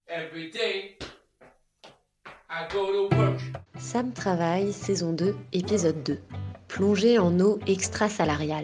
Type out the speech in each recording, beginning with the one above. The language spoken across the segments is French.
Every day I go to work. Sam travaille, saison 2, épisode 2. Plongée en eau extrasalariale.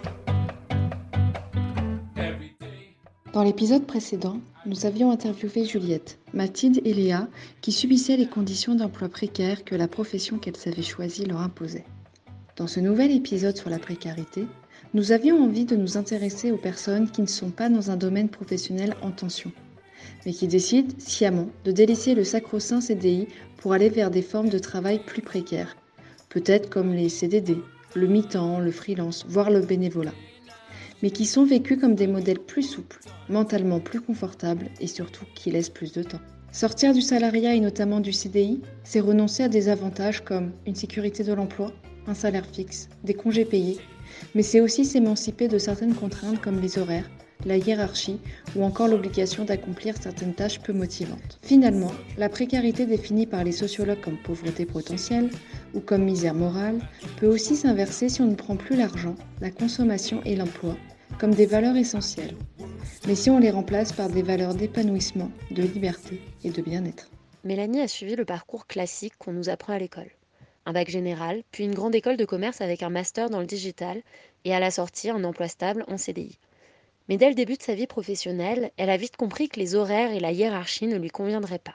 Every day. Dans l'épisode précédent, nous avions interviewé Juliette, Mathilde et Léa qui subissaient les conditions d'emploi précaires que la profession qu'elles avaient choisie leur imposait. Dans ce nouvel épisode sur la précarité, nous avions envie de nous intéresser aux personnes qui ne sont pas dans un domaine professionnel en tension, mais qui décident sciemment de délaisser le sacro-saint CDI pour aller vers des formes de travail plus précaires, peut-être comme les CDD, le mi-temps, le freelance, voire le bénévolat, mais qui sont vécus comme des modèles plus souples, mentalement plus confortables et surtout qui laissent plus de temps. Sortir du salariat et notamment du CDI, c'est renoncer à des avantages comme une sécurité de l'emploi, un salaire fixe, des congés payés, mais c'est aussi s'émanciper de certaines contraintes comme les horaires, la hiérarchie ou encore l'obligation d'accomplir certaines tâches peu motivantes. Finalement, la précarité définie par les sociologues comme pauvreté potentielle ou comme misère morale peut aussi s'inverser si on ne prend plus l'argent, la consommation et l'emploi comme des valeurs essentielles, mais si on les remplace par des valeurs d'épanouissement, de liberté et de bien-être. Mélanie a suivi le parcours classique qu'on nous apprend à l'école. Un bac général, puis une grande école de commerce avec un master dans le digital et à la sortie un emploi stable en CDI. Mais dès le début de sa vie professionnelle, elle a vite compris que les horaires et la hiérarchie ne lui conviendraient pas.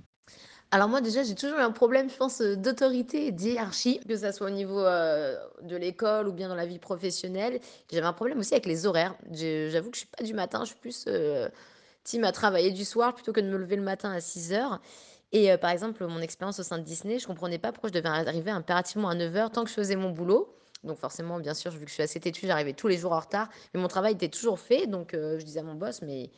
Alors moi déjà j'ai toujours eu un problème je pense d'autorité et d'hiérarchie, que ça soit au niveau de l'école ou bien dans la vie professionnelle. J'avais un problème aussi avec les horaires. J'avoue que je suis pas du matin, je suis plus team à travailler du soir plutôt que de me lever le matin à 6 heures. Et par exemple mon expérience au sein de Disney, je comprenais pas pourquoi je devais arriver impérativement à 9 heures tant que je faisais mon boulot. Donc forcément bien sûr vu que je suis assez têtue, j'arrivais tous les jours en retard, mais mon travail était toujours fait. Donc je disais à mon boss mais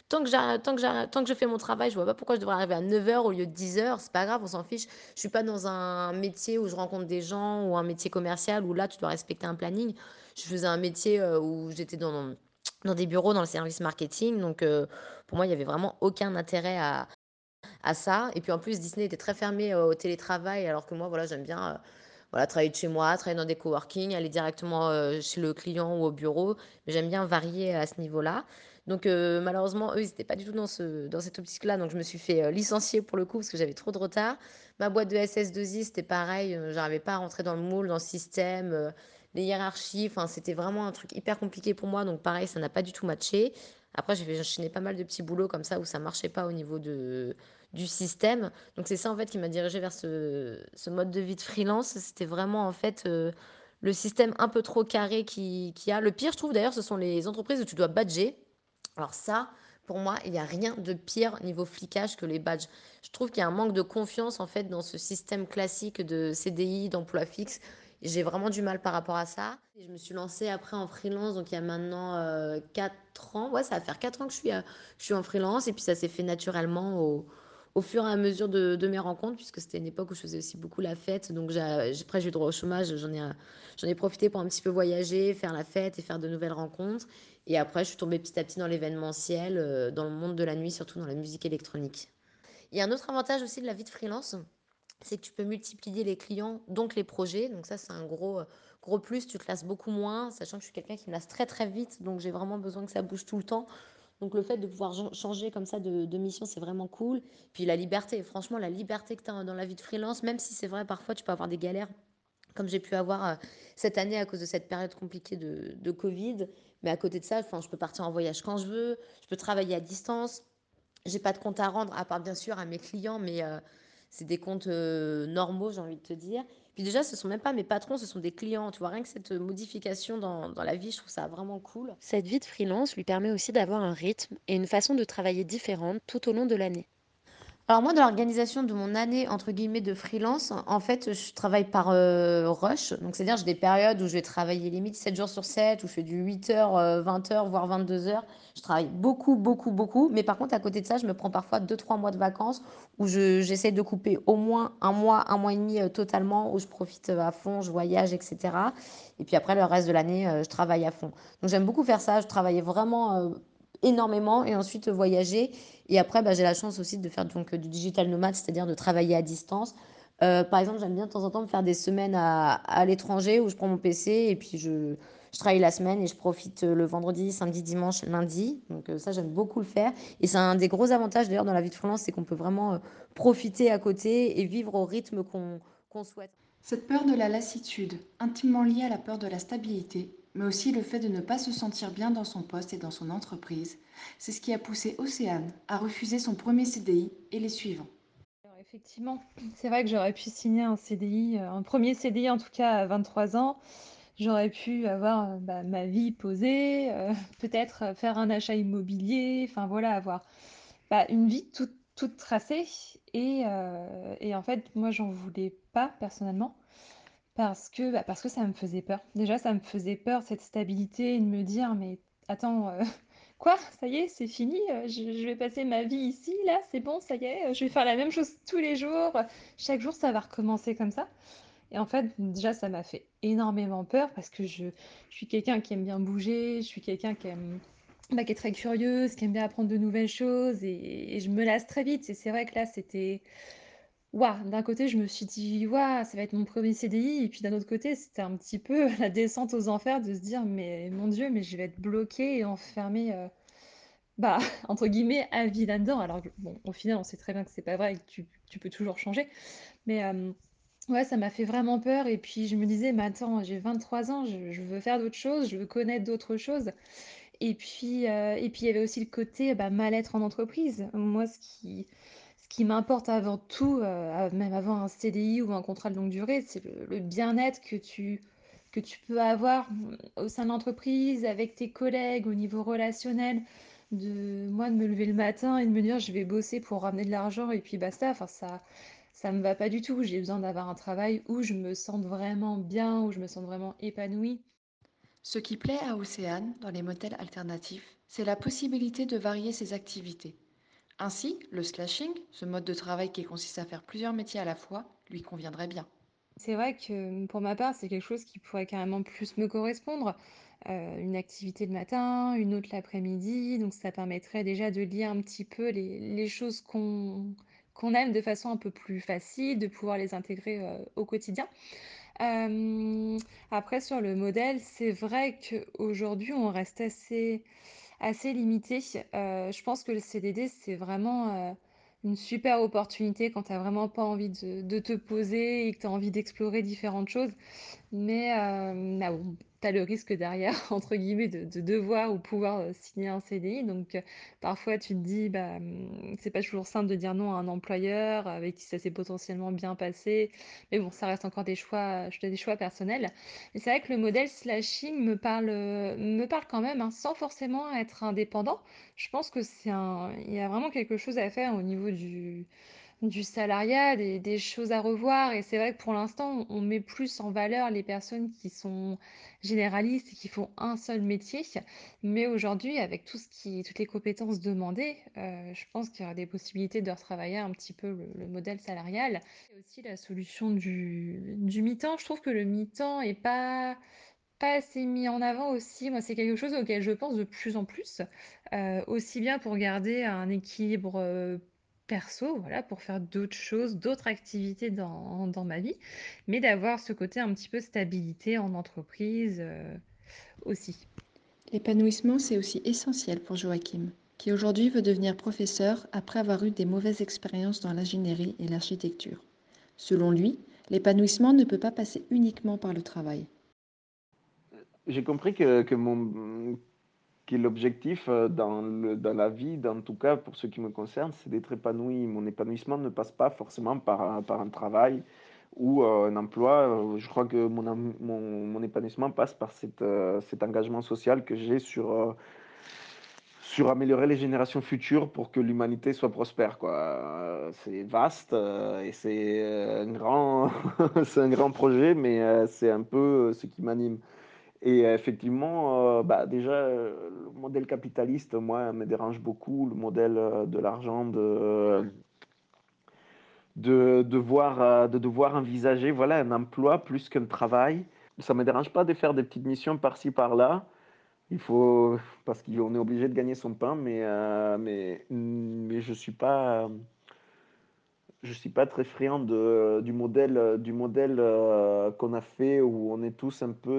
tant que je fais mon travail, je vois pas pourquoi je devrais arriver à 9 heures au lieu de 10 heures. C'est pas grave, on s'en fiche. Je suis pas dans un métier où je rencontre des gens ou un métier commercial où là, tu dois respecter un planning. Je faisais un métier où j'étais dans des bureaux, dans le service marketing. Donc, pour moi, il y avait vraiment aucun intérêt à ça. Et puis, en plus, Disney était très fermé au télétravail, alors que moi, voilà, j'aime bien voilà, travailler de chez moi, travailler dans des coworking, aller directement chez le client ou au bureau. Mais j'aime bien varier à ce niveau-là. Donc malheureusement, eux, ils n'étaient pas du tout dans cette optique-là. Donc je me suis fait licencier pour le coup parce que j'avais trop de retard. Ma boîte de SS2I, c'était pareil. J'arrivais pas à rentrer dans le moule, dans le système, les hiérarchies. Enfin, c'était vraiment un truc hyper compliqué pour moi. Donc pareil, ça n'a pas du tout matché. Après, j'ai enchaîné pas mal de petits boulots comme ça où ça marchait pas au niveau du système. Donc c'est ça en fait qui m'a dirigée vers ce mode de vie de freelance. C'était vraiment en fait le système un peu trop carré qui a. Le pire, je trouve d'ailleurs, ce sont les entreprises où tu dois badger. Alors ça, pour moi, il n'y a rien de pire niveau flicage que les badges. Je trouve qu'il y a un manque de confiance en fait dans ce système classique de CDI, d'emploi fixe. J'ai vraiment du mal par rapport à ça. Et je me suis lancée après en freelance, donc il y a maintenant 4 ans. Ouais, ça va faire 4 ans que je suis en freelance et puis ça s'est fait naturellement au fur et à mesure de mes rencontres, puisque c'était une époque où je faisais aussi beaucoup la fête. Donc après, j'ai eu droit au chômage, j'en ai profité pour un petit peu voyager, faire la fête et faire de nouvelles rencontres. Et après, je suis tombée petit à petit dans l'événementiel, dans le monde de la nuit, surtout dans la musique électronique. Il y a un autre avantage aussi de la vie de freelance, c'est que tu peux multiplier les clients, donc les projets. Donc ça, c'est un gros plus. Tu te lasses beaucoup moins, sachant que je suis quelqu'un qui me lasse très très vite, donc j'ai vraiment besoin que ça bouge tout le temps. Donc le fait de pouvoir changer comme ça de mission, c'est vraiment cool. Puis la liberté, franchement, la liberté que tu as dans la vie de freelance, même si c'est vrai, parfois tu peux avoir des galères comme j'ai pu avoir cette année à cause de cette période compliquée de Covid. Mais à côté de ça, enfin, je peux partir en voyage quand je veux, je peux travailler à distance. J'ai pas de compte à rendre, à part bien sûr à mes clients, mais c'est des comptes normaux, j'ai envie de te dire. Puis déjà, ce sont même pas mes patrons, ce sont des clients. Tu vois, rien que cette modification dans la vie, je trouve ça vraiment cool. Cette vie de freelance lui permet aussi d'avoir un rythme et une façon de travailler différente tout au long de l'année. Alors moi, dans l'organisation de mon année, entre guillemets, de freelance, en fait, je travaille par rush. Donc, c'est-à-dire, j'ai des périodes où je vais travailler limite 7 jours sur 7, où je fais du 8 heures, 20 heures, voire 22 heures. Je travaille beaucoup, beaucoup, beaucoup. Mais par contre, à côté de ça, je me prends parfois 2, 3 mois de vacances où j'essaie de couper au moins un mois et demi totalement, où je profite à fond, je voyage, etc. Et puis après, le reste de l'année, je travaille à fond. Donc, j'aime beaucoup faire ça. Je travaillais vraiment énormément et ensuite voyager. Et après, bah, j'ai la chance aussi de faire donc, du digital nomade, c'est-à-dire de travailler à distance. Par exemple, j'aime bien de temps en temps me faire des semaines à l'étranger où je prends mon PC et puis je Je travaille la semaine et je profite le vendredi, samedi, dimanche, lundi. Donc ça, j'aime beaucoup le faire. Et c'est un des gros avantages d'ailleurs dans la vie de freelance, c'est qu'on peut vraiment profiter à côté et vivre au rythme qu'on souhaite. Cette peur de la lassitude, intimement liée à la peur de la stabilité, mais aussi le fait de ne pas se sentir bien dans son poste et dans son entreprise, c'est ce qui a poussé Océane à refuser son premier CDI et les suivants. Alors effectivement, c'est vrai que j'aurais pu signer un CDI, un premier CDI en tout cas à 23 ans. J'aurais pu avoir ma vie posée, peut-être faire un achat immobilier, enfin voilà, avoir une vie toute tracée. Et en fait, moi, j'en voulais pas personnellement parce que ça me faisait peur. Déjà, ça me faisait peur cette stabilité et de me dire, mais attends, quoi? Ça y est, c'est fini? Je vais passer ma vie ici, là, c'est bon, ça y est, je vais faire la même chose tous les jours. Chaque jour, ça va recommencer comme ça. Et en fait, déjà, ça m'a fait énormément peur parce que je suis quelqu'un qui aime bien bouger, je suis quelqu'un qui est très curieuse, qui aime bien apprendre de nouvelles choses et je me lasse très vite. Et c'est vrai que là, c'était... Waouh, d'un côté, je me suis dit, waouh, ça va être mon premier CDI. Et puis d'un autre côté, c'était un petit peu la descente aux enfers de se dire, mais mon Dieu, mais je vais être bloquée et enfermée, bah, entre guillemets, à vie là-dedans. Alors, bon, au final, on sait très bien que c'est pas vrai et que tu peux toujours changer. Mais ouais, ça m'a fait vraiment peur. Et puis je me disais, mais attends, j'ai 23 ans, je veux faire d'autres choses, je veux connaître d'autres choses. Et puis il y avait aussi le côté mal-être en entreprise. Moi, ce qui m'importe avant tout, même avant un CDI ou un contrat de longue durée, c'est le bien-être que tu peux avoir au sein de l'entreprise, avec tes collègues, au niveau relationnel. Moi, de me lever le matin et de me dire je vais bosser pour ramener de l'argent et puis basta. Enfin, ça me va pas du tout. J'ai besoin d'avoir un travail où je me sente vraiment bien, où je me sente vraiment épanouie. Ce qui plaît à Océane dans les modèles alternatifs, c'est la possibilité de varier ses activités. Ainsi, le slashing, ce mode de travail qui consiste à faire plusieurs métiers à la fois, lui conviendrait bien. C'est vrai que pour ma part, c'est quelque chose qui pourrait carrément plus me correspondre. Une activité le matin, une autre l'après-midi, donc ça permettrait déjà de lier un petit peu les choses qu'on aime de façon un peu plus facile, de pouvoir les intégrer au quotidien. Euh, Après, sur le modèle, c'est vrai qu'aujourd'hui, on reste assez limité. Je pense que le CDD, c'est vraiment une super opportunité quand tu as vraiment pas envie de te poser et que tu as envie d'explorer différentes choses. Mais bon, tu as le risque derrière, entre guillemets, de devoir ou pouvoir signer un CDI. Donc parfois tu te dis, c'est pas toujours simple de dire non à un employeur avec qui ça s'est potentiellement bien passé. Mais bon, ça reste encore des choix personnels. Mais c'est vrai que le modèle slashing me parle quand même, hein, sans forcément être indépendant. Je pense que il y a vraiment quelque chose à faire au niveau du salariat, des choses à revoir. Et c'est vrai que pour l'instant, on met plus en valeur les personnes qui sont généralistes et qui font un seul métier. Mais aujourd'hui, avec toutes les compétences demandées, je pense qu'il y aura des possibilités de retravailler un petit peu le modèle salarial. Et aussi la solution du mi-temps. Je trouve que le mi-temps est pas assez mis en avant aussi. Moi, c'est quelque chose auquel je pense de plus en plus, aussi bien pour garder un équilibre perso, voilà, pour faire d'autres choses, d'autres activités dans ma vie, mais d'avoir ce côté un petit peu stabilité en entreprise aussi. L'épanouissement, c'est aussi essentiel pour Joachim, qui aujourd'hui veut devenir professeur après avoir eu des mauvaises expériences dans l'ingénierie et l'architecture. Selon lui, l'épanouissement ne peut pas passer uniquement par le travail. J'ai compris que l'objectif dans la vie, en tout cas pour ce qui me concerne, c'est d'être épanoui. Mon épanouissement ne passe pas forcément par un travail ou un emploi. Je crois que mon épanouissement passe par cet engagement social que j'ai sur améliorer les générations futures pour que l'humanité soit prospère, quoi. C'est vaste et c'est un grand, c'est un grand projet, mais c'est un peu ce qui m'anime. Et effectivement, déjà, le modèle capitaliste, moi, me dérange beaucoup. Le modèle de l'argent, de devoir envisager voilà, un emploi plus qu'un travail. Ça ne me dérange pas de faire des petites missions par-ci, par-là. Il faut, parce qu'on est obligé de gagner son pain, mais je suis pas, je suis pas très friand du modèle qu'on a fait où on est tous un peu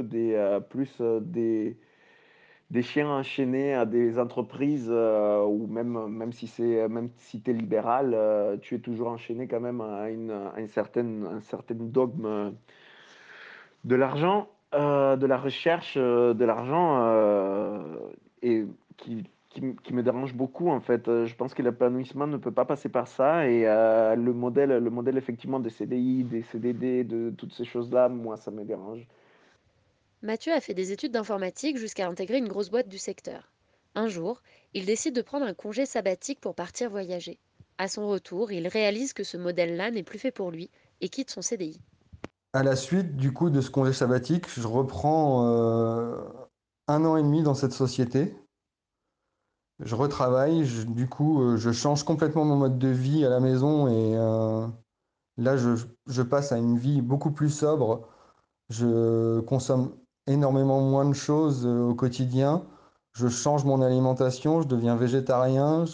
des chiens enchaînés à des entreprises ou même si tu es libéral, tu es toujours enchaîné quand même à un certain dogme de l'argent, de la recherche de l'argent et qui me dérange beaucoup en fait. Je pense que l'épanouissement ne peut pas passer par ça et le modèle effectivement des CDI, des CDD, de toutes ces choses-là, moi ça me dérange. Mathieu a fait des études d'informatique jusqu'à intégrer une grosse boîte du secteur. Un jour, il décide de prendre un congé sabbatique pour partir voyager. À son retour, il réalise que ce modèle-là n'est plus fait pour lui et quitte son CDI. À la suite, du coup, de ce congé sabbatique, je reprends 1 an et demi dans cette société. Je retravaille, du coup, je change complètement mon mode de vie à la maison et là, je passe à une vie beaucoup plus sobre. Je consomme énormément moins de choses au quotidien. Je change mon alimentation, je deviens végétarien,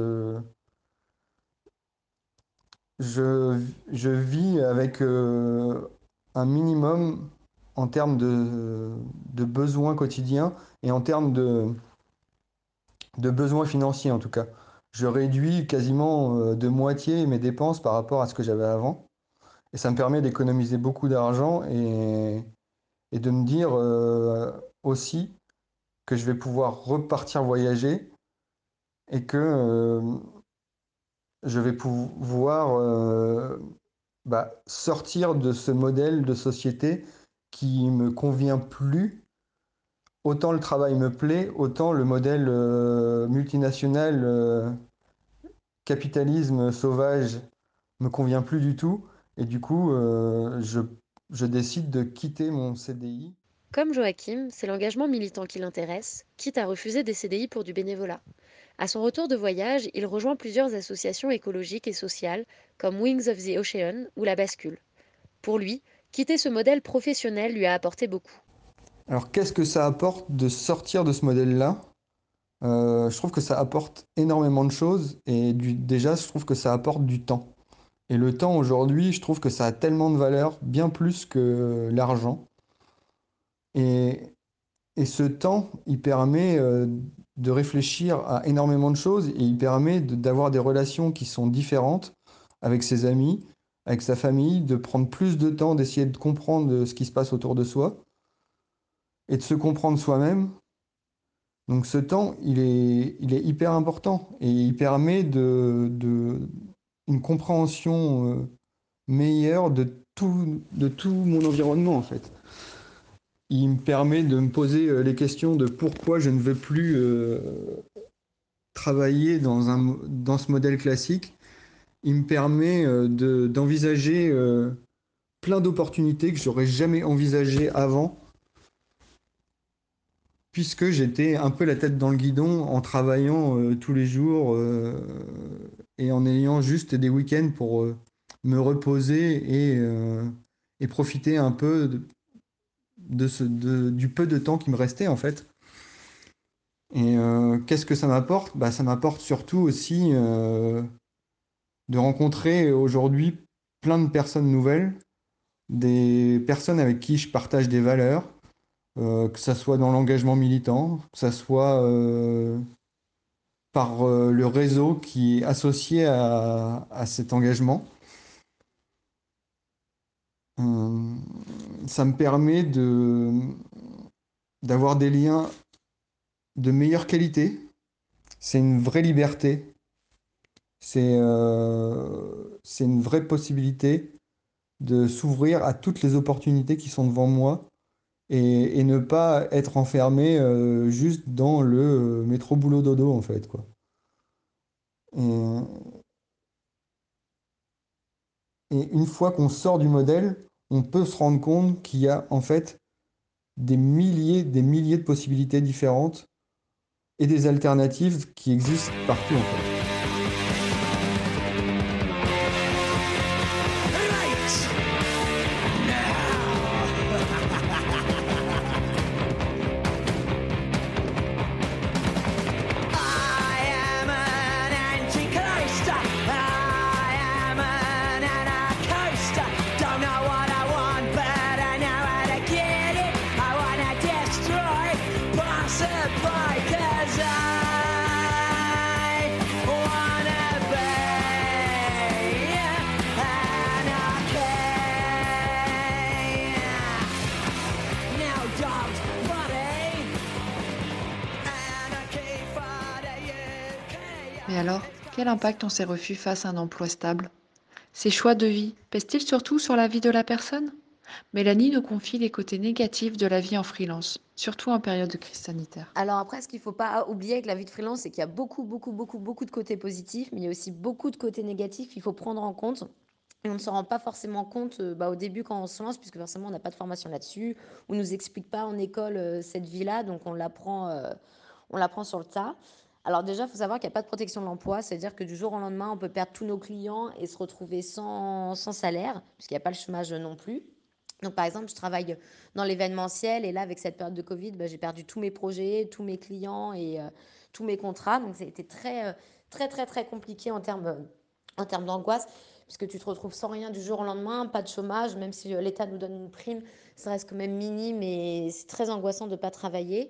je, je vis avec un minimum en termes de besoins quotidiens et en termes de besoins financiers en tout cas. Je réduis quasiment de moitié mes dépenses par rapport à ce que j'avais avant. Et ça me permet d'économiser beaucoup d'argent et de me dire aussi que je vais pouvoir repartir voyager et que je vais pouvoir sortir de ce modèle de société qui me convient plus. Autant le travail me plaît, autant le modèle multinational, capitalisme sauvage me convient plus du tout. Et du coup, je décide de quitter mon CDI. Comme Joachim, c'est l'engagement militant qui l'intéresse, quitte à refuser des CDI pour du bénévolat. À son retour de voyage, il rejoint plusieurs associations écologiques et sociales comme Wings of the Ocean ou La Bascule. Pour lui, quitter ce modèle professionnel lui a apporté beaucoup. Alors, qu'est-ce que ça apporte de sortir de ce modèle-là? Je trouve que ça apporte énormément de choses et déjà, je trouve que ça apporte du temps. Et le temps aujourd'hui, je trouve que ça a tellement de valeur, bien plus que l'argent. Et, et ce temps, il permet de réfléchir à énormément de choses et il permet d'avoir des relations qui sont différentes avec ses amis, avec sa famille, de prendre plus de temps, d'essayer de comprendre ce qui se passe autour de soi et de se comprendre soi-même. Donc ce temps, il est hyper important et il permet une compréhension meilleure de tout mon environnement en fait. Il me permet de me poser les questions de pourquoi je ne veux plus travailler dans ce modèle classique. Il me permet d'envisager plein d'opportunités que j'aurais jamais envisagées avant, puisque j'étais un peu la tête dans le guidon en travaillant tous les jours et en ayant juste des week-ends pour me reposer et profiter un peu du peu de temps qui me restait en fait. Et qu'est-ce que ça m'apporte? Ça m'apporte surtout aussi de rencontrer aujourd'hui plein de personnes nouvelles, des personnes avec qui je partage des valeurs, que ça soit dans l'engagement militant, que ça soit par le réseau qui est associé à cet engagement. Euh, Ça me permet d'avoir des liens de meilleure qualité. C'est une vraie liberté. C'est une vraie possibilité de s'ouvrir à toutes les opportunités qui sont devant moi et ne pas être enfermé juste dans le métro boulot dodo en fait, quoi. Et, et une fois qu'on sort du modèle, on peut se rendre compte qu'il y a en fait des milliers de possibilités différentes et des alternatives qui existent partout en fait. Quel impact ont ces refus face à un emploi stable? Ces choix de vie pèsent-ils surtout sur la vie de la personne? Mélanie nous confie les côtés négatifs de la vie en freelance, surtout en période de crise sanitaire. Alors après, ce qu'il faut pas oublier avec la vie de freelance, c'est qu'il y a beaucoup, beaucoup, beaucoup, beaucoup de côtés positifs, mais il y a aussi beaucoup de côtés négatifs qu'il faut prendre en compte. Et on ne s'en rend pas forcément compte au début quand on se lance, puisque forcément on n'a pas de formation là-dessus. On ne nous explique pas en école cette vie-là, donc on l'apprend sur le tas. Alors déjà, il faut savoir qu'il n'y a pas de protection de l'emploi, c'est-à-dire que du jour au lendemain, on peut perdre tous nos clients et se retrouver sans salaire, puisqu'il n'y a pas le chômage non plus. Donc par exemple, je travaille dans l'événementiel et là, avec cette période de Covid, j'ai perdu tous mes projets, tous mes clients et tous mes contrats. Donc ça a été très, très, très compliqué en termes d'angoisse, puisque tu te retrouves sans rien du jour au lendemain, pas de chômage, même si l'État nous donne une prime, ça reste quand même minime et c'est très angoissant de ne pas travailler.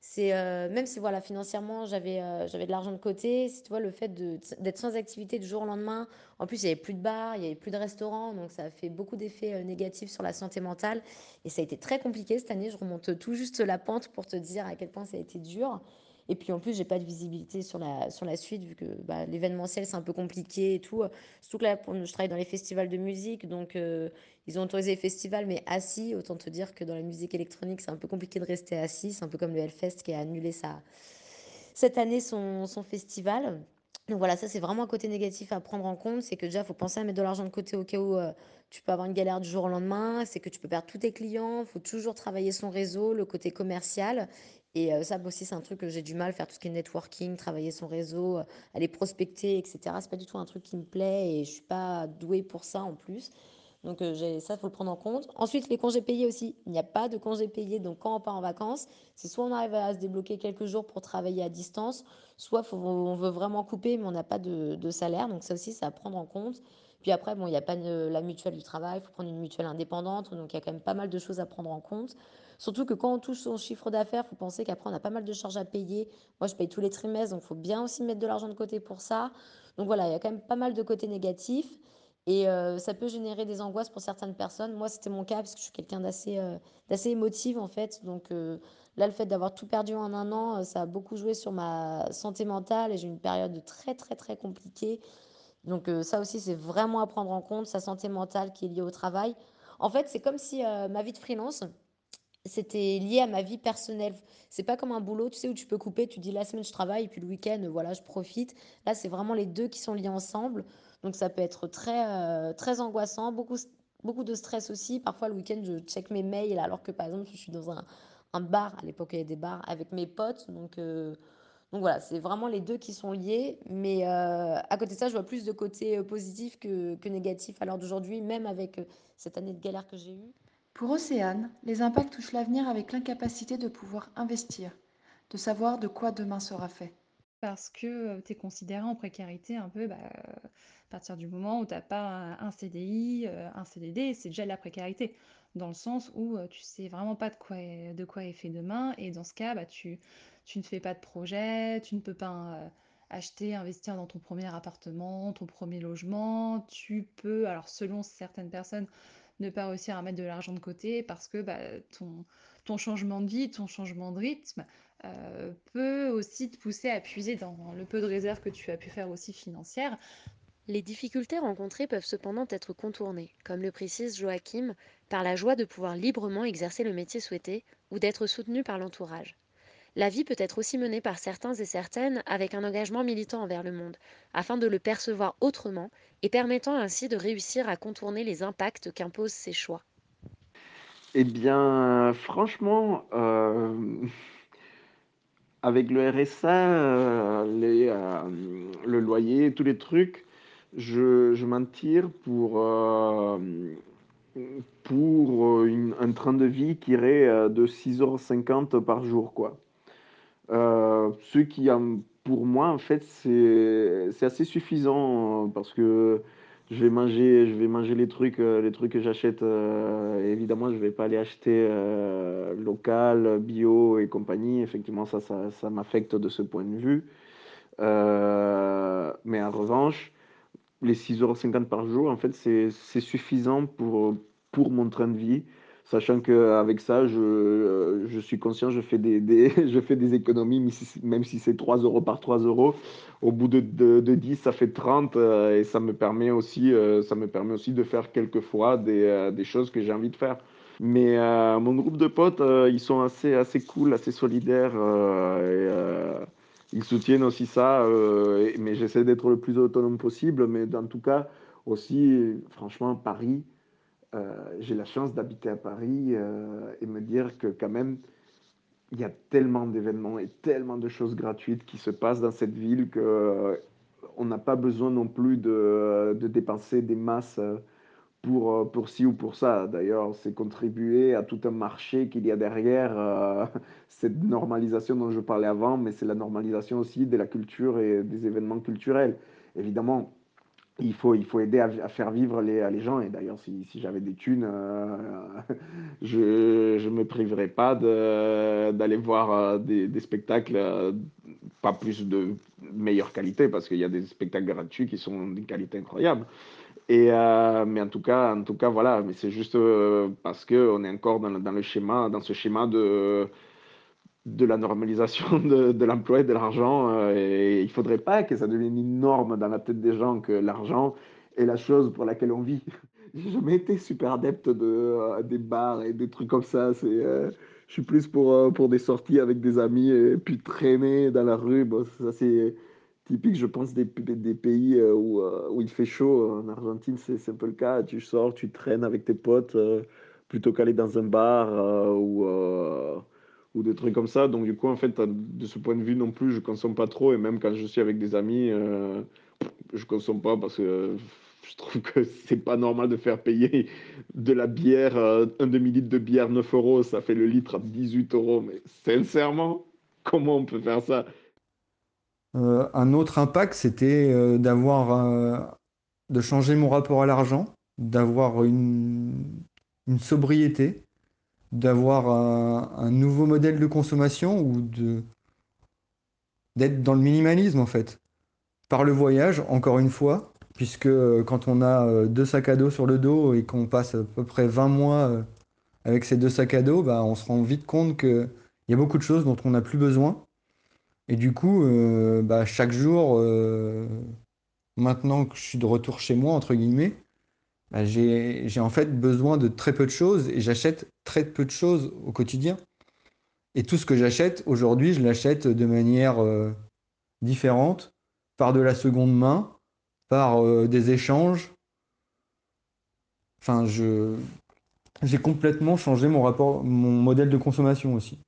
Même si voilà, financièrement, j'avais de l'argent de côté, tu vois, le fait d'être sans activité du jour au lendemain, en plus, il n'y avait plus de bars, il n'y avait plus de restaurants, donc ça a fait beaucoup d'effets négatifs sur la santé mentale. Et ça a été très compliqué cette année. Je remonte tout juste la pente pour te dire à quel point ça a été dur. Et puis en plus, j'ai pas de visibilité sur la suite, vu que l'événementiel, c'est un peu compliqué et tout. Surtout que là, je travaille dans les festivals de musique, donc ils ont autorisé les festivals, mais assis. Autant te dire que dans la musique électronique, c'est un peu compliqué de rester assis. C'est un peu comme le Hellfest qui a annulé cette année son festival. Donc voilà, ça c'est vraiment un côté négatif à prendre en compte, c'est que déjà il faut penser à mettre de l'argent de côté au cas où tu peux avoir une galère du jour au lendemain, c'est que tu peux perdre tous tes clients, il faut toujours travailler son réseau, le côté commercial. Et ça aussi c'est un truc que j'ai du mal, faire tout ce qui est networking, travailler son réseau, aller prospecter, etc. C'est pas du tout un truc qui me plaît et je suis pas douée pour ça en plus. Donc ça, il faut le prendre en compte. Ensuite, les congés payés aussi. Il n'y a pas de congés payés, donc quand on part en vacances, c'est soit on arrive à se débloquer quelques jours pour travailler à distance, soit on veut vraiment couper, mais on n'a pas de salaire. Donc ça aussi, c'est à prendre en compte. Puis après, bon, il n'y a pas la mutuelle du travail, il faut prendre une mutuelle indépendante. Donc il y a quand même pas mal de choses à prendre en compte. Surtout que quand on touche son chiffre d'affaires, il faut penser qu'après, on a pas mal de charges à payer. Moi, je paye tous les trimestres, donc il faut bien aussi mettre de l'argent de côté pour ça. Donc voilà, il y a quand même pas mal de côtés négatifs. Et ça peut générer des angoisses pour certaines personnes. Moi, c'était mon cas parce que je suis quelqu'un d'assez émotive en fait. Donc là, le fait d'avoir tout perdu en un an, ça a beaucoup joué sur ma santé mentale et j'ai eu une période très très très compliquée. Donc ça aussi, c'est vraiment à prendre en compte, sa santé mentale qui est liée au travail. En fait, c'est comme si ma vie de freelance, c'était lié à ma vie personnelle. C'est pas comme un boulot, tu sais, où tu peux couper, tu dis la semaine je travaille et puis le week-end, voilà, je profite. Là, c'est vraiment les deux qui sont liés ensemble. Donc ça peut être très angoissant, beaucoup de stress aussi. Parfois, le week-end, je check mes mails alors que, par exemple, je suis dans un bar, à l'époque, il y avait des bars, avec mes potes. Donc voilà, c'est vraiment les deux qui sont liés. Mais à côté de ça, je vois plus de côté positif que négatif à l'heure d'aujourd'hui, même avec cette année de galère que j'ai eue. Pour Océane, les impacts touchent l'avenir avec l'incapacité de pouvoir investir, de savoir de quoi demain sera fait. Parce que tu es considéré en précarité un peu à partir du moment où tu as pas un CDI, un CDD, c'est déjà de la précarité. Dans le sens où tu sais vraiment pas de quoi est fait demain. Et dans ce cas, tu ne fais pas de projet, tu ne peux pas acheter, investir dans ton premier appartement, ton premier logement. Tu peux, alors selon certaines personnes, ne pas réussir à mettre de l'argent de côté parce que ton changement de vie, ton changement de rythme peut aussi te pousser à puiser dans le peu de réserves que tu as pu faire aussi financières. Les difficultés rencontrées peuvent cependant être contournées, comme le précise Joachim, par la joie de pouvoir librement exercer le métier souhaité ou d'être soutenu par l'entourage. La vie peut être aussi menée par certains et certaines avec un engagement militant envers le monde, afin de le percevoir autrement et permettant ainsi de réussir à contourner les impacts qu'imposent ces choix. Eh bien, franchement, avec le RSA, le loyer, tous les trucs, je m'en tire pour un train de vie qui irait de 6h50 par jour, quoi. Ce qui, pour moi, en fait, c'est assez suffisant parce que je vais manger les trucs que j'achète. Évidemment, je vais pas aller acheter local, bio et compagnie. Effectivement, ça m'affecte de ce point de vue. Mais en revanche, les 6h50 par jour, en fait, c'est suffisant pour mon train de vie Sachant qu'avec ça, je suis conscient, je fais je fais des économies, même si c'est 3 euros par 3 euros. Au bout de 10, ça fait 30 et ça me permet aussi de faire quelquefois des choses que j'ai envie de faire. Mais mon groupe de potes, ils sont assez cool, assez solidaires ils soutiennent aussi ça. Mais j'essaie d'être le plus autonome possible. Mais dans tout cas, aussi, franchement, Paris. J'ai la chance d'habiter à Paris et me dire que quand même, il y a tellement d'événements et tellement de choses gratuites qui se passent dans cette ville que on n'a pas besoin non plus de dépenser des masses pour ci ou pour ça. D'ailleurs, c'est contribuer à tout un marché qu'il y a derrière cette normalisation dont je parlais avant, mais c'est la normalisation aussi de la culture et des événements culturels. Évidemment, il faut aider à faire vivre les gens. Et d'ailleurs, si j'avais des thunes, je ne me priverais pas d'aller voir des spectacles, pas plus de meilleure qualité, parce qu'il y a des spectacles gratuits qui sont d'une qualité incroyable. Mais en tout cas, voilà. Mais c'est juste parce qu'on est encore dans le schéma, dans ce schéma de la normalisation de l'emploi et de l'argent. Et il faudrait pas que ça devienne une norme dans la tête des gens que l'argent est la chose pour laquelle on vit. J'ai jamais été super adepte des bars et des trucs comme ça. Je suis plus pour des sorties avec des amis et puis traîner dans la rue. Bon, ça, c'est typique, je pense, des pays où il fait chaud. En Argentine, c'est un peu le cas. Tu sors, tu traînes avec tes potes plutôt qu'aller dans un bar ou des trucs comme ça. Donc, du coup, en fait, de ce point de vue non plus, je consomme pas trop. Et même quand je suis avec des amis, je consomme pas parce que je trouve que c'est pas normal de faire payer de la bière, un demi-litre de bière 9 euros, ça fait le litre à 18 euros. Mais sincèrement, comment on peut faire ça? Un autre impact, c'était de changer mon rapport à l'argent, d'avoir une sobriété, d'avoir un nouveau modèle de consommation d'être dans le minimalisme en fait. Par le voyage, encore une fois, puisque quand on a deux sacs à dos sur le dos et qu'on passe à peu près 20 mois avec ces deux sacs à dos, bah, on se rend vite compte qu'il y a beaucoup de choses dont on n'a plus besoin. Et du coup, bah, chaque jour, maintenant que je suis de retour chez moi, entre guillemets, bah, j'ai en fait besoin de très peu de choses et j'achète très peu de choses au quotidien. Et tout ce que j'achète aujourd'hui, je l'achète de manière différente, par de la seconde main, par des échanges. Enfin, j'ai complètement changé mon modèle de consommation aussi.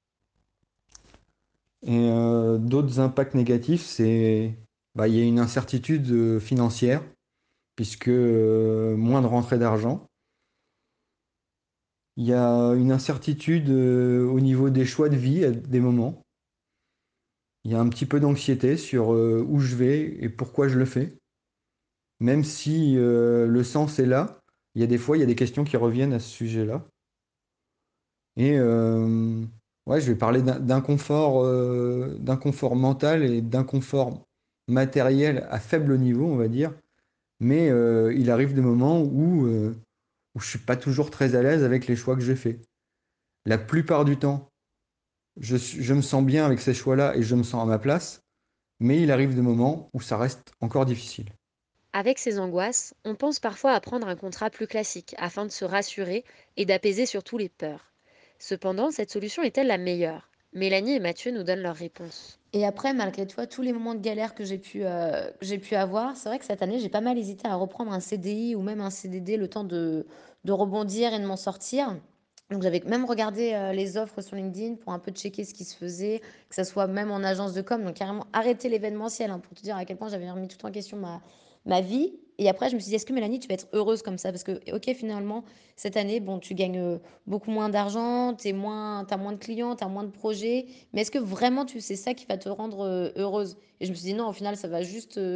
Et d'autres impacts négatifs, bah, il y a une incertitude financière, puisque moins de rentrée d'argent. Il y a une incertitude au niveau des choix de vie à des moments. Il y a un petit peu d'anxiété sur où je vais et pourquoi je le fais. Même si le sens est là, il y a des questions qui reviennent à ce sujet-là. Et ouais, je vais parler d'inconfort mental et d'inconfort matériel à faible niveau, on va dire. Mais il arrive des moments où je suis pas toujours très à l'aise avec les choix que j'ai faits. La plupart du temps, je me sens bien avec ces choix-là et je me sens à ma place, mais il arrive des moments où ça reste encore difficile. Avec ces angoisses, on pense parfois à prendre un contrat plus classique afin de se rassurer et d'apaiser surtout les peurs. Cependant, cette solution est-elle la meilleure? Mélanie et Mathieu nous donnent leurs réponses. Et après, malgré toi, tous les moments de galère que j'ai pu avoir, c'est vrai que cette année, j'ai pas mal hésité à reprendre un CDI ou même un CDD le temps de rebondir et de m'en sortir. Donc j'avais même regardé les offres sur LinkedIn pour un peu checker ce qui se faisait, que ça soit même en agence de com, donc carrément arrêter l'événementiel hein, pour te dire à quel point j'avais remis tout en question ma vie. Et après, je me suis dit, est-ce que Mélanie, tu vas être heureuse comme ça? Parce que, ok, finalement, cette année, bon, tu gagnes beaucoup moins d'argent, t'as moins de clients, t'as moins de projets. Mais est-ce que vraiment c'est ça qui va te rendre heureuse? Et je me suis dit non, au final, ça va juste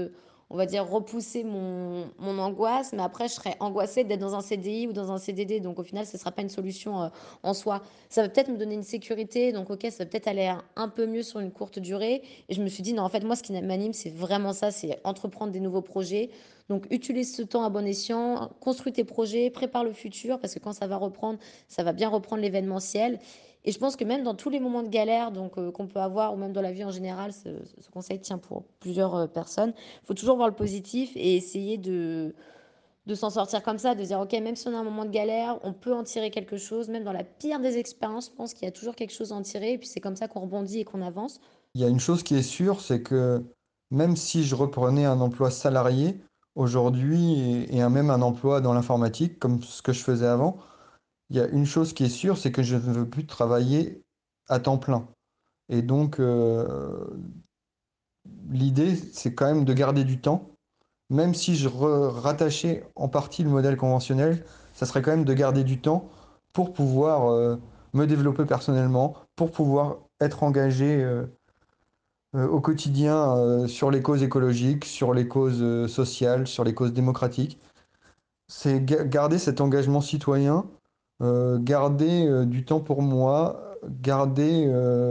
on va dire, repousser mon angoisse, mais après, je serais angoissée d'être dans un CDI ou dans un CDD. Donc, au final, ce ne sera pas une solution en soi. Ça va peut-être me donner une sécurité. Donc, OK, ça va peut-être aller un peu mieux sur une courte durée. Et je me suis dit, non, en fait, moi, ce qui m'anime, c'est vraiment ça, c'est entreprendre des nouveaux projets. Donc, utilise ce temps à bon escient, construis tes projets, prépare le futur, parce que quand ça va reprendre, ça va bien reprendre l'événementiel. Et je pense que même dans tous les moments de galère donc, qu'on peut avoir, ou même dans la vie en général, ce conseil tient pour plusieurs personnes. Il faut toujours voir le positif et essayer de s'en sortir comme ça, de dire, OK, même si on a un moment de galère, on peut en tirer quelque chose. Même dans la pire des expériences, je pense qu'il y a toujours quelque chose à en tirer. Et puis c'est comme ça qu'on rebondit et qu'on avance. Il y a une chose qui est sûre, c'est que même si je reprenais un emploi salarié aujourd'hui même un emploi dans l'informatique, comme ce que je faisais avant, il y a une chose qui est sûre, c'est que je ne veux plus travailler à temps plein. Et donc, l'idée, c'est quand même de garder du temps. Même si je rattachais en partie le modèle conventionnel, ça serait quand même de garder du temps pour pouvoir me développer personnellement, pour pouvoir être engagé au quotidien sur les causes écologiques, sur les causes sociales, sur les causes démocratiques. C'est garder cet engagement citoyen, garder du temps pour moi, garder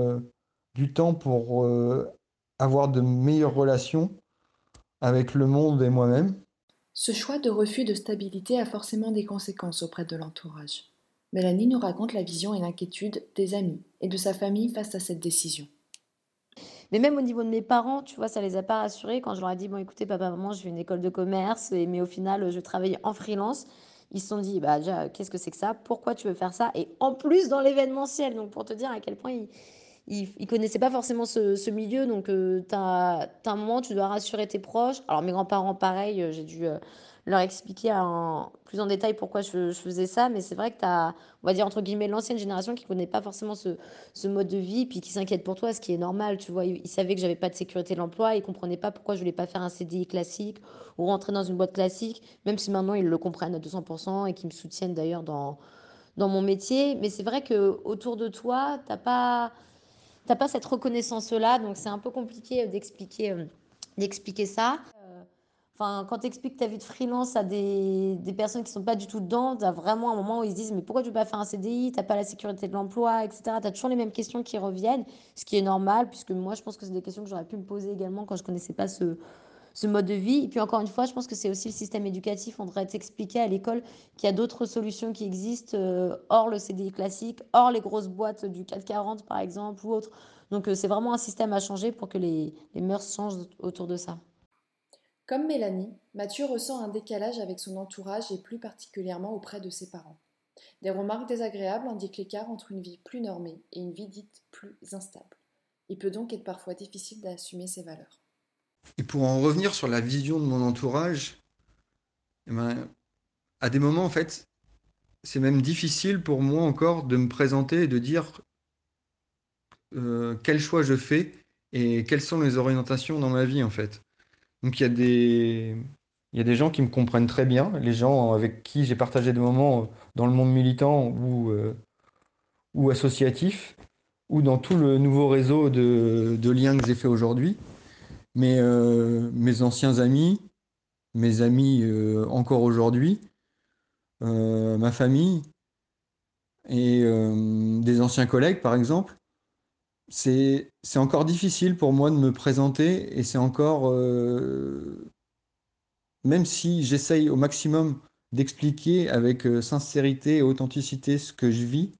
du temps pour avoir de meilleures relations avec le monde et moi-même. Ce choix de refus de stabilité a forcément des conséquences auprès de l'entourage. Mélanie nous raconte la vision et l'inquiétude des amis et de sa famille face à cette décision. Mais même au niveau de mes parents, tu vois, ça les a pas rassurés quand je leur ai dit: «Bon écoutez papa, maman, je fais une école de commerce mais au final, je travaille en freelance». Ils se sont dit: «Bah déjà, qu'est-ce que c'est que ça? Pourquoi tu veux faire ça?» Et en plus dans l'événementiel, donc pour te dire à quel point ils connaissaient pas forcément ce milieu, donc tu as un moment, tu dois rassurer tes proches. Alors mes grands-parents, pareil, j'ai dû, leur expliquer plus en détail pourquoi je faisais ça, mais c'est vrai que tu as, on va dire, entre guillemets, «l'ancienne génération» qui connaît pas forcément ce mode de vie, puis qui s'inquiète pour toi, ce qui est normal, tu vois? Ils savaient que j'avais pas de sécurité de l'emploi, ils comprenaient pas pourquoi je voulais pas faire un CDI classique ou rentrer dans une boîte classique, même si maintenant ils le comprennent à 200 et qu'ils me soutiennent d'ailleurs dans mon métier. Mais c'est vrai que autour de toi, t'as pas cette reconnaissance-là, donc c'est un peu compliqué d'expliquer ça. Enfin, quand tu expliques ta vie de freelance à des personnes qui sont pas du tout dedans, tu as vraiment un moment où ils se disent mais pourquoi tu peux pas faire un CDI, t'as pas la sécurité de l'emploi, etc. Tu as toujours les mêmes questions qui reviennent, ce qui est normal, puisque moi je pense que c'est des questions que j'aurais pu me poser également quand je connaissais pas ce mode de vie. Et puis encore une fois, je pense que c'est aussi le système éducatif. On devrait t'expliquer à l'école qu'il y a d'autres solutions qui existent hors le CDI classique, hors les grosses boîtes du 440 par exemple ou autre. Donc c'est vraiment un système à changer pour que les mœurs changent autour de ça. Comme Mélanie, Mathieu ressent un décalage avec son entourage et plus particulièrement auprès de ses parents. Des remarques désagréables indiquent l'écart entre une vie plus normée et une vie dite plus instable. Il peut donc être parfois difficile d'assumer ses valeurs. Et pour en revenir sur la vision de mon entourage, eh ben, à des moments, en fait, c'est même difficile pour moi encore de me présenter et de dire quel choix je fais et quelles sont les orientations dans ma vie, en fait. Donc il y a des gens qui me comprennent très bien, les gens avec qui j'ai partagé des moments dans le monde militant ou associatif, ou dans tout le nouveau réseau de liens que j'ai fait aujourd'hui. Mais mes anciens amis, mes amis encore aujourd'hui, ma famille et des anciens collègues, par exemple, c'est encore difficile pour moi de me présenter et c'est encore, même si j'essaye au maximum d'expliquer avec sincérité et authenticité ce que je vis,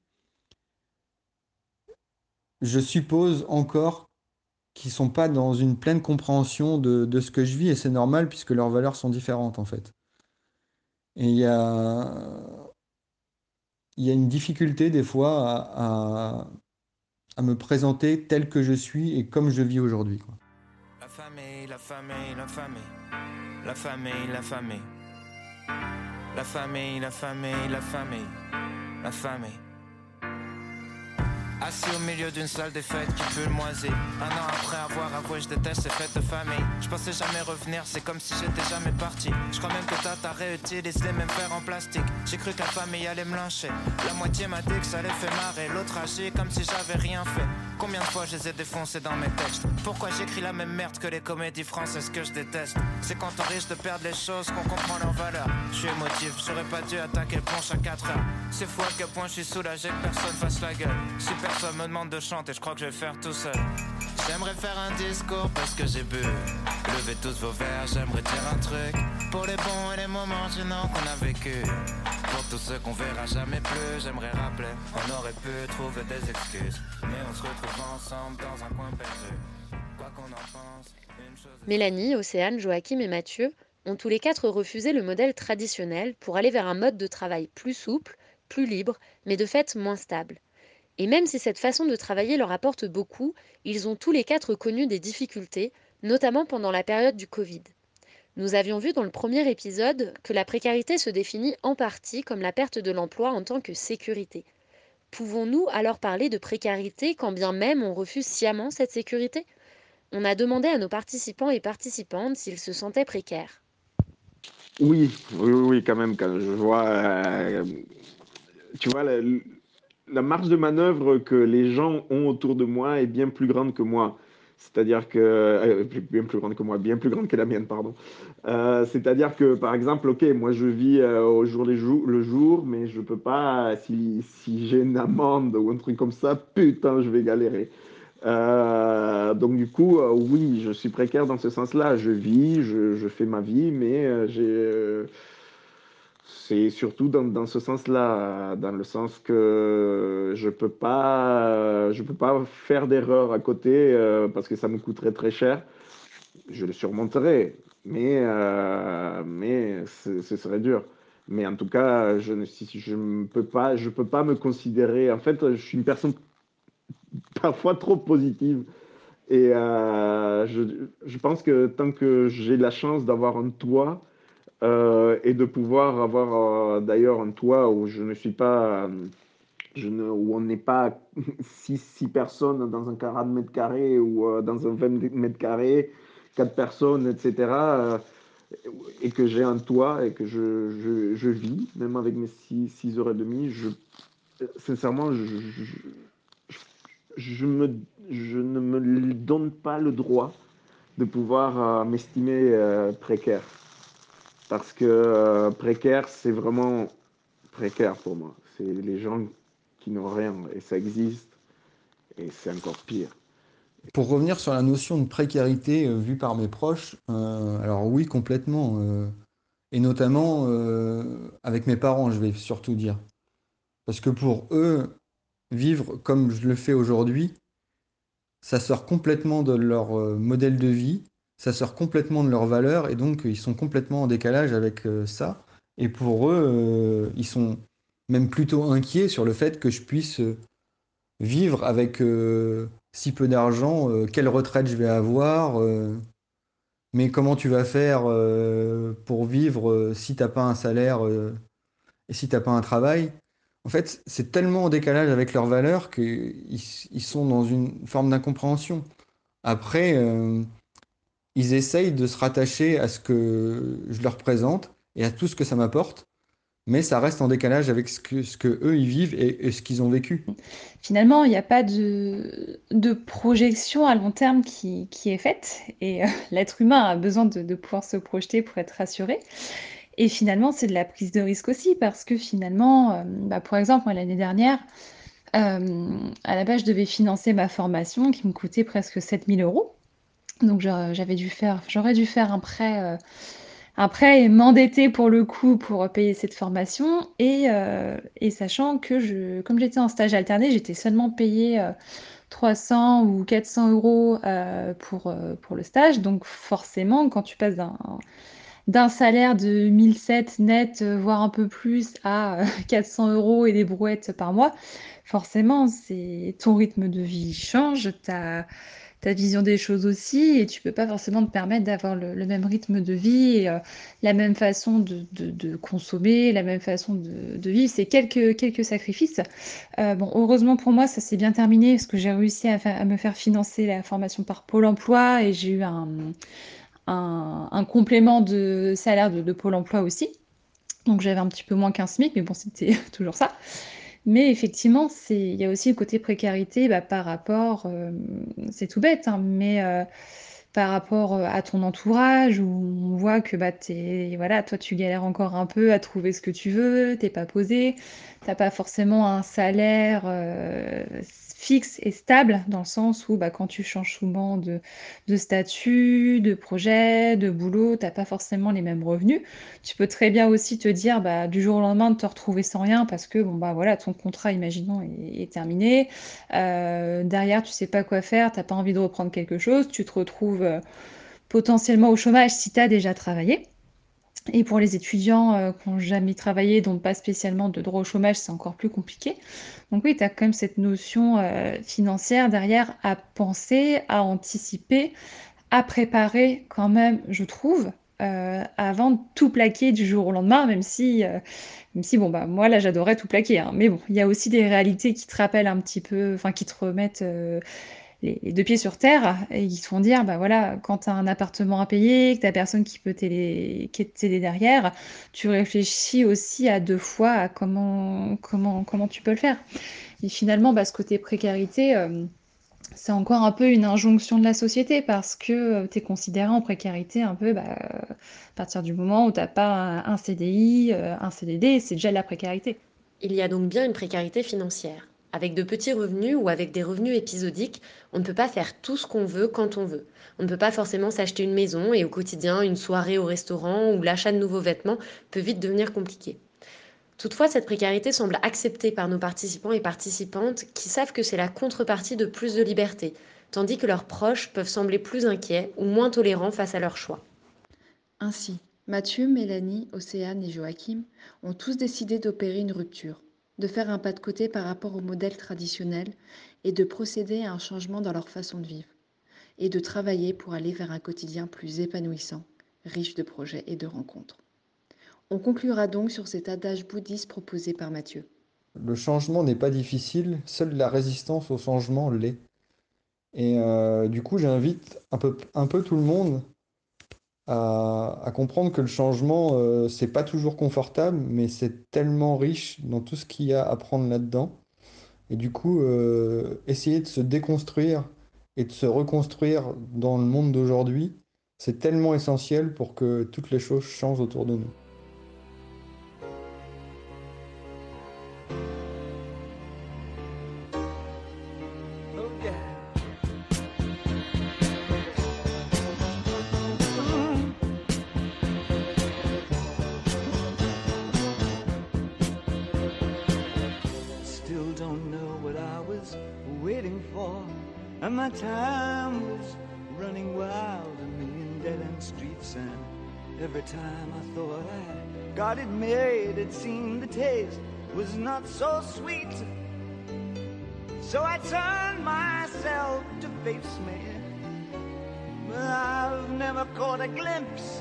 je suppose encore qu'ils sont pas dans une pleine compréhension de ce que je vis et c'est normal puisque leurs valeurs sont différentes en fait. Et il y a une difficulté des fois à me présenter tel que je suis et comme je vis aujourd'hui, quoi. La famille, la famille, la famille, la famille, la famille, la famille, la famille, la famille, la famille. Assis au milieu d'une salle des fêtes qui pue le moisi. Un an après avoir avoué je déteste ces fêtes de famille. Je pensais jamais revenir, c'est comme si j'étais jamais parti. Je crois même que Tata réutilise les mêmes verres en plastique. J'ai cru que la famille allait me lyncher. La moitié m'a dit que ça les fait marrer. L'autre agit comme si j'avais rien fait. Combien de fois je les ai défoncés dans mes textes? Pourquoi j'écris la même merde que les comédies françaises que je déteste? C'est quand on risque de perdre les choses qu'on comprend leur valeur. Je suis émotif, j'aurais pas dû attaquer le punch à 4 heures. C'est fou à quel point je suis soulagé que personne fasse la gueule. Si personne me demande de chanter, je crois que je vais le faire tout seul. J'aimerais faire un discours parce que j'ai bu. Levez tous vos verres, j'aimerais dire un truc. Pour les bons et les moments gênants qu'on a vécu. Pour tous ceux qu'on verra jamais plus, j'aimerais rappeler. On aurait pu trouver des excuses, mais on se retrouve ensemble dans un coin perdu. Quoi qu'on en pense, une chose est... Mélanie, Océane, Joachim et Mathieu ont tous les quatre refusé le modèle traditionnel pour aller vers un mode de travail plus souple, plus libre, mais de fait moins stable. Et même si cette façon de travailler leur apporte beaucoup, ils ont tous les quatre connu des difficultés, notamment pendant la période du Covid. Nous avions vu dans le premier épisode que la précarité se définit en partie comme la perte de l'emploi en tant que sécurité. Pouvons-nous alors parler de précarité quand bien même on refuse sciemment cette sécurité? On a demandé à nos participants et participantes s'ils se sentaient précaires. Oui, oui, oui, oui, quand même, quand je vois, tu vois, la marge de manœuvre que les gens ont autour de moi est bien plus grande que moi. C'est-à-dire que, bien plus grande que moi, bien plus grande que la mienne, pardon. C'est-à-dire que, par exemple, ok, moi je vis au jour le jour, mais je peux pas, si j'ai une amende ou un truc comme ça, putain, je vais galérer. Donc du coup, oui, je suis précaire dans ce sens-là. Je vis, je fais ma vie, mais c'est surtout dans ce sens-là, dans le sens que je peux pas faire d'erreur à côté parce que ça me coûterait très cher. Je le surmonterai, mais ce serait dur. Mais en tout cas, je peux pas me considérer. En fait, je suis une personne parfois trop positive. Et je pense que tant que j'ai la chance d'avoir un toit et de pouvoir avoir d'ailleurs un toit où je ne suis pas, où on n'est pas six personnes dans un 40 mètres carrés ou dans un 20 mètres carrés, quatre personnes, etc. Et que j'ai un toit et que je vis, même avec mes 6 heures et demie, sincèrement, je, me, je ne me donne pas le droit de pouvoir m'estimer précaire. Parce que précaire, c'est vraiment précaire pour moi. C'est les gens qui n'ont rien et ça existe et c'est encore pire. Pour revenir sur la notion de précarité vue par mes proches, alors oui, complètement. Et notamment avec mes parents, je vais surtout dire. Parce que pour eux, vivre comme je le fais aujourd'hui, ça sort complètement de leur modèle de vie, ça sort complètement de leurs valeurs, et donc ils sont complètement en décalage avec ça. Et pour eux, ils sont même plutôt inquiets sur le fait que je puisse vivre avec si peu d'argent, quelle retraite je vais avoir, mais comment tu vas faire pour vivre si t'as pas un salaire et si t'as pas un travail. En fait, c'est tellement en décalage avec leurs valeurs qu'ils sont dans une forme d'incompréhension. Après, ils essayent de se rattacher à ce que je leur présente et à tout ce que ça m'apporte, mais ça reste en décalage avec ce que eux ils vivent et ce qu'ils ont vécu. Finalement, il n'y a pas de projection à long terme qui est faite et l'être humain a besoin de pouvoir se projeter pour être rassuré. Et finalement, c'est de la prise de risque aussi parce que finalement, bah, pour exemple, moi, l'année dernière, à la base, je devais financer ma formation qui me coûtait presque 7 000 euros. Donc j'aurais dû faire un prêt et m'endetter pour le coup pour payer cette formation. Et sachant que comme j'étais en stage alterné, j'étais seulement payée 300 ou 400 euros pour le stage. Donc forcément, quand tu passes d'un salaire de 1 700 net, voire un peu plus, à 400 euros et des brouettes par mois, forcément, ton rythme de vie change, ta vision des choses aussi, et tu peux pas forcément te permettre d'avoir le même rythme de vie, et, la même façon de consommer, la même façon de vivre. C'est quelques sacrifices. Bon, heureusement pour moi, ça s'est bien terminé parce que j'ai réussi à me faire financer la formation par Pôle emploi, et j'ai eu un complément de salaire de Pôle emploi aussi. Donc j'avais un petit peu moins qu'un SMIC, mais bon, c'était toujours ça. Mais effectivement, il y a aussi le côté précarité, par rapport, c'est tout bête, hein, mais par rapport à ton entourage, où on voit que voilà, toi tu galères encore un peu à trouver ce que tu veux, t'es pas posé, t'as pas forcément un salaire fixe et stable, dans le sens où quand tu changes souvent de statut, de projet, de boulot, t'as pas forcément les mêmes revenus. Tu peux très bien aussi te dire du jour au lendemain de te retrouver sans rien parce que voilà, ton contrat, imaginons, est terminé. Derrière, tu sais pas quoi faire, t'as pas envie de reprendre quelque chose, tu te retrouves potentiellement au chômage si tu as déjà travaillé. Et pour les étudiants qui n'ont jamais travaillé, donc pas spécialement de droit au chômage, c'est encore plus compliqué. Donc oui, tu as quand même cette notion financière derrière à penser, à anticiper, à préparer quand même, je trouve, avant de tout plaquer du jour au lendemain, même si moi là j'adorais tout plaquer, hein. Mais bon, il y a aussi des réalités qui te rappellent un petit peu, enfin qui te remettent les deux pieds sur terre et qui te font dire, voilà, quand tu as un appartement à payer, que tu personne qui peut t'aider derrière, tu réfléchis aussi à deux fois à comment tu peux le faire. Et finalement, ce côté précarité, c'est encore un peu une injonction de la société parce que tu es considéré en précarité un peu à partir du moment où tu n'as pas un CDI, un CDD, c'est déjà de la précarité. Il y a donc bien une précarité financière. Avec de petits revenus ou avec des revenus épisodiques, on ne peut pas faire tout ce qu'on veut quand on veut. On ne peut pas forcément s'acheter une maison et au quotidien, une soirée au restaurant ou l'achat de nouveaux vêtements peut vite devenir compliqué. Toutefois, cette précarité semble acceptée par nos participants et participantes qui savent que c'est la contrepartie de plus de liberté, tandis que leurs proches peuvent sembler plus inquiets ou moins tolérants face à leurs choix. Ainsi, Mathieu, Mélanie, Océane et Joachim ont tous décidé d'opérer une rupture, de faire un pas de côté par rapport au modèle traditionnel et de procéder à un changement dans leur façon de vivre, et de travailler pour aller vers un quotidien plus épanouissant, riche de projets et de rencontres. On conclura donc sur cet adage bouddhiste proposé par Mathieu. Le changement n'est pas difficile, seule la résistance au changement l'est. Et du coup, j'invite un peu tout le monde à comprendre que le changement, c'est pas toujours confortable, mais c'est tellement riche dans tout ce qu'il y a à prendre là-dedans. Et du coup, essayer de se déconstruire et de se reconstruire dans le monde d'aujourd'hui, c'est tellement essentiel pour que toutes les choses changent autour de nous. Still don't know what I was waiting for, and my time was running wild, a million dead-end streets, and every time I thought I got it made, it seemed the taste was not so sweet. So I turned myself to face me, but I've never caught a glimpse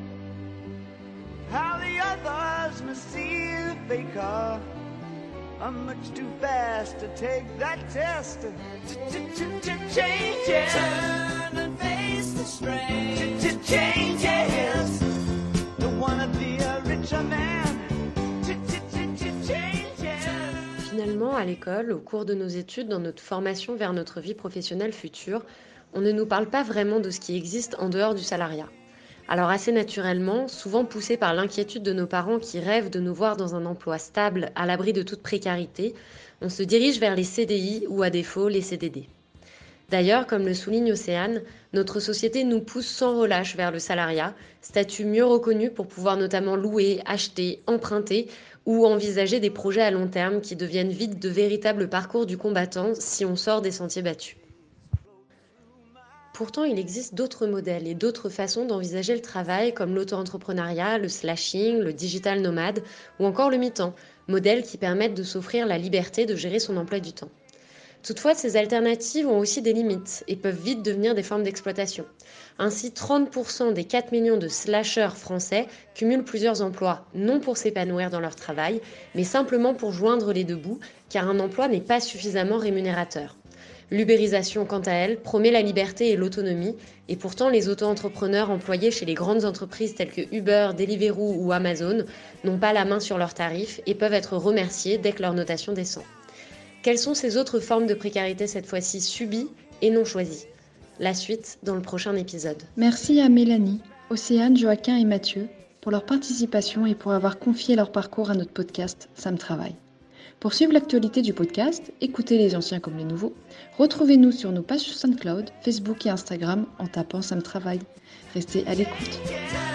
how the others must see the faker. I'm much too fast to take that test. Changes. Turn and face the strain. Changes. Don't wanna be a richer man. Changes. Finalement, à l'école, au cours de nos études, dans notre formation vers notre vie professionnelle future, on ne nous parle pas vraiment de ce qui existe en dehors du salariat. Alors assez naturellement, souvent poussés par l'inquiétude de nos parents qui rêvent de nous voir dans un emploi stable, à l'abri de toute précarité, on se dirige vers les CDI ou à défaut les CDD. D'ailleurs, comme le souligne Océane, notre société nous pousse sans relâche vers le salariat, statut mieux reconnu pour pouvoir notamment louer, acheter, emprunter ou envisager des projets à long terme qui deviennent vite de véritables parcours du combattant si on sort des sentiers battus. Pourtant, il existe d'autres modèles et d'autres façons d'envisager le travail comme l'auto-entrepreneuriat, le slashing, le digital nomade ou encore le mi-temps, modèles qui permettent de s'offrir la liberté de gérer son emploi du temps. Toutefois, ces alternatives ont aussi des limites et peuvent vite devenir des formes d'exploitation. Ainsi, 30% des 4 millions de slasheurs français cumulent plusieurs emplois, non pour s'épanouir dans leur travail, mais simplement pour joindre les deux bouts, car un emploi n'est pas suffisamment rémunérateur. L'ubérisation, quant à elle, promet la liberté et l'autonomie, et pourtant les auto-entrepreneurs employés chez les grandes entreprises telles que Uber, Deliveroo ou Amazon n'ont pas la main sur leurs tarifs et peuvent être remerciés dès que leur notation descend. Quelles sont ces autres formes de précarité cette fois-ci subies et non choisies ? La suite dans le prochain épisode. Merci à Mélanie, Océane, Joaquin et Mathieu pour leur participation et pour avoir confié leur parcours à notre podcast Ça me travaille. Pour suivre l'actualité du podcast, écoutez les anciens comme les nouveaux, retrouvez-nous sur nos pages SoundCloud, Facebook et Instagram en tapant Ça me travaille. Restez à l'écoute.